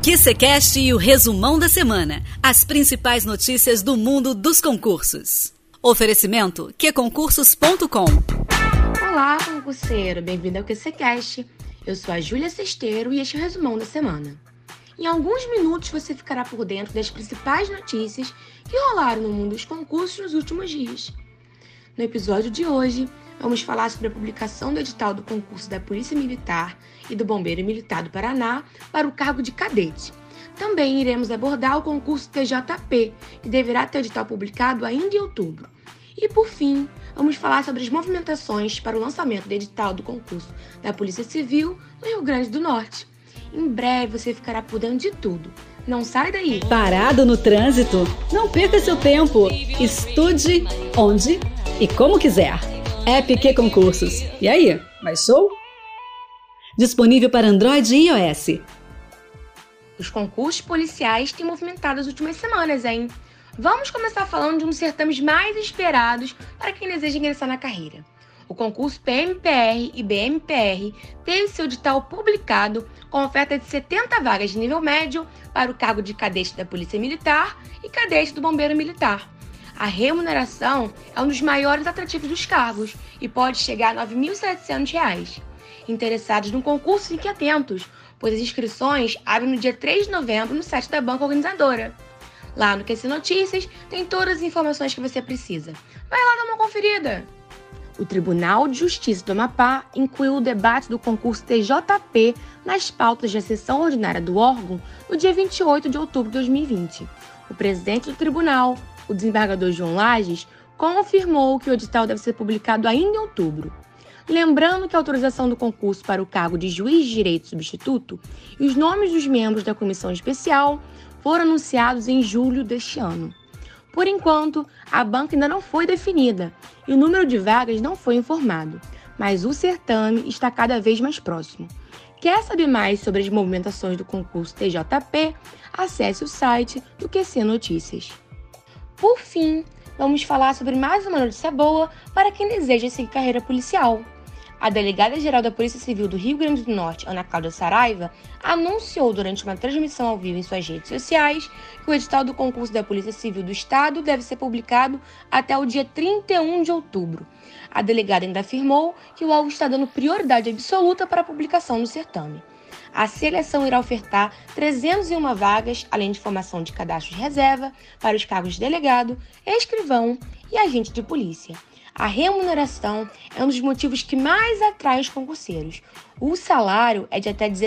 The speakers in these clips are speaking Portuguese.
QCCast e o resumão da semana. As principais notícias do mundo dos concursos. Oferecimento qconcursos.com. Olá, concurseiro. Bem-vindo ao QCCast. Eu sou a Júlia Sesteiro e este é o resumão da semana. Em alguns minutos você ficará por dentro das principais notícias que rolaram no mundo dos concursos nos últimos dias. No episódio de hoje, vamos falar sobre a publicação do edital do concurso da Polícia Militar e do Bombeiro Militar do Paraná para o cargo de cadete. Também iremos abordar o concurso TJP, que deverá ter edital publicado ainda em outubro. E, por fim, vamos falar sobre as movimentações para o lançamento do edital do concurso da Polícia Civil no Rio Grande do Norte. Em breve você ficará por dentro de tudo. Não sai daí! Parado no trânsito? Não perca seu tempo. Estude onde e como quiser. App QConcursos. E aí, baixou? Disponível para Android e iOS. Os concursos policiais têm movimentado as últimas semanas, hein? Vamos começar falando de um dos certames mais esperados para quem deseja ingressar na carreira. O concurso PMPR e BMPR teve seu edital publicado com oferta de 70 vagas de nível médio para o cargo de cadete da Polícia Militar e cadete do Bombeiro Militar. A remuneração é um dos maiores atrativos dos cargos e pode chegar a R$ 9.700. Interessados no concurso, fiquem atentos, pois as inscrições abrem no dia 3 de novembro no site da banca organizadora. Lá no QC Notícias tem todas as informações que você precisa. Vai lá dar uma conferida! O Tribunal de Justiça do Amapá incluiu o debate do concurso TJP nas pautas da sessão ordinária do órgão no dia 28 de outubro de 2020. O presidente do tribunal, o desembargador João Lages, confirmou que o edital deve ser publicado ainda em outubro. Lembrando que a autorização do concurso para o cargo de juiz de direito substituto e os nomes dos membros da comissão especial foram anunciados em julho deste ano. Por enquanto, a banca ainda não foi definida e o número de vagas não foi informado, mas o certame está cada vez mais próximo. Quer saber mais sobre as movimentações do concurso TJP? Acesse o site do QC Notícias. Por fim, vamos falar sobre mais uma notícia boa para quem deseja seguir carreira policial. A delegada-geral da Polícia Civil do Rio Grande do Norte, Ana Cláudia Saraiva, anunciou durante uma transmissão ao vivo em suas redes sociais que o edital do concurso da Polícia Civil do Estado deve ser publicado até o dia 31 de outubro. A delegada ainda afirmou que o alvo está dando prioridade absoluta para a publicação do certame. A seleção irá ofertar 301 vagas, além de formação de cadastro de reserva, para os cargos de delegado, escrivão e agente de polícia. A remuneração é um dos motivos que mais atrai os concurseiros. O salário é de até R$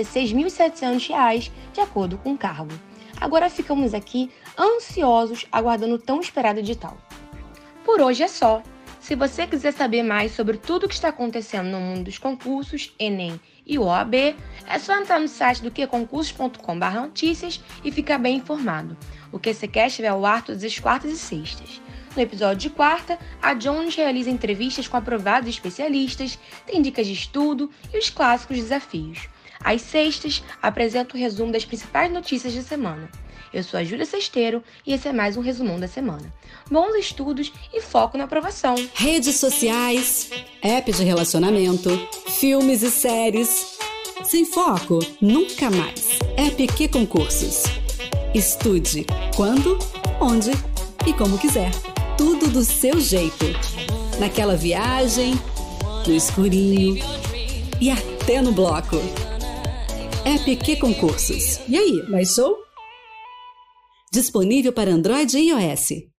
16.700, de acordo com o cargo. Agora ficamos aqui ansiosos, aguardando o tão esperado edital. Por hoje é só. Se você quiser saber mais sobre tudo o que está acontecendo no mundo dos concursos, Enem e OAB, é só entrar no site do qconcursos.com/notícias e ficar bem informado. O QCCast vai ao ar todas as quartas e sextas. No episódio de quarta, a Jones realiza entrevistas com aprovados especialistas, tem dicas de estudo e os clássicos desafios. Às sextas, apresenta o resumo das principais notícias da semana. Eu sou a Júlia Sesteiro e esse é mais um resumão da semana. Bons estudos e foco na aprovação. Redes sociais, app de relacionamento, filmes e séries. Sem foco, nunca mais. App QConcursos. Estude quando, onde e como quiser. Tudo do seu jeito. Naquela viagem, no escurinho e até no bloco. App QConcursos. E aí, baixou? Disponível para Android e iOS.